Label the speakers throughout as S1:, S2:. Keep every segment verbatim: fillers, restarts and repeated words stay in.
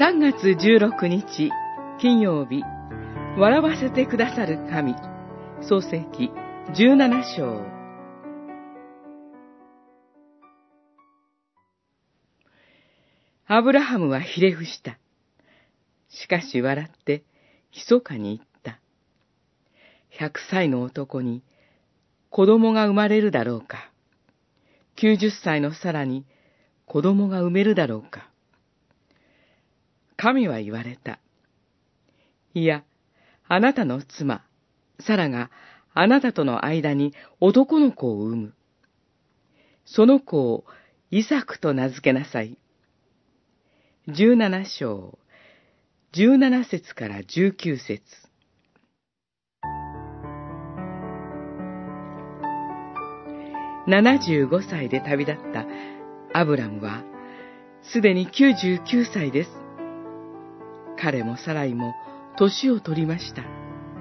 S1: さんがつじゅうろくにち金曜日、笑わせてくださる神、創世記じゅうななしょう。アブラハムはひれ伏した。しかし笑って密かに言った。百歳の男に子供が生まれるだろうか。九十歳のサラに子供が産めるだろうか。神は言われた。いや、あなたの妻、サラがあなたとの間に男の子を産む。その子をイサクと名付けなさい。十七章、十七節から十九節。七十五歳で旅立ったアブラムは、すでに九十九歳です。彼もサライも年を取りました。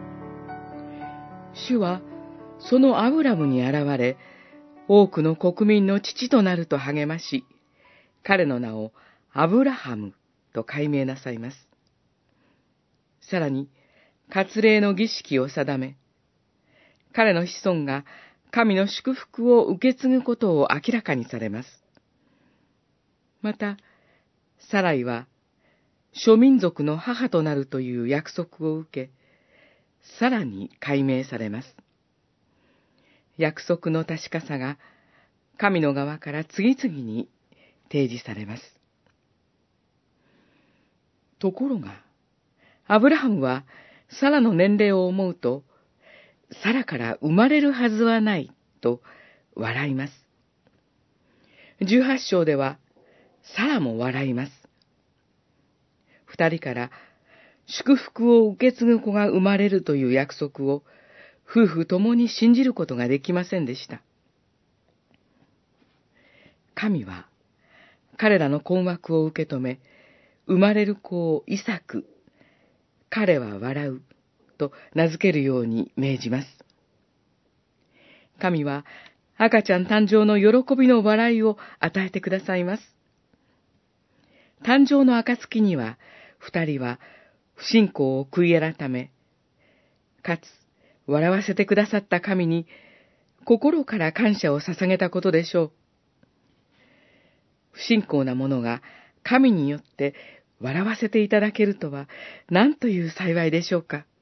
S1: 主はそのアブラムに現れ、多くの国民の父となると励まし、彼の名をアブラハムと改名なさいます。さらに、割礼の儀式を定め、彼の子孫が神の祝福を受け継ぐことを明らかにされます。また、サライは、諸民族の母となるという約束を受け、さらに改名されます。約束の確かさが、神の側から次々に提示されます。ところが、アブラハムはサラの年齢を思うと、サラから生まれるはずはないと笑います。十八章では、サラも笑います。二人から祝福を受け継ぐ子が生まれるという約束を夫婦ともに信じることができませんでした。神は彼らの困惑を受け止め、生まれる子をイサク、彼は笑うと名付けるように命じます。神は赤ちゃん誕生の喜びの笑いを与えてくださいます。誕生の暁には、二人は不信仰を悔い改め、かつ笑わせてくださった神に心から感謝を捧げたことでしょう。不信仰な者が神によって笑わせていただけるとは、何という幸いでしょうか。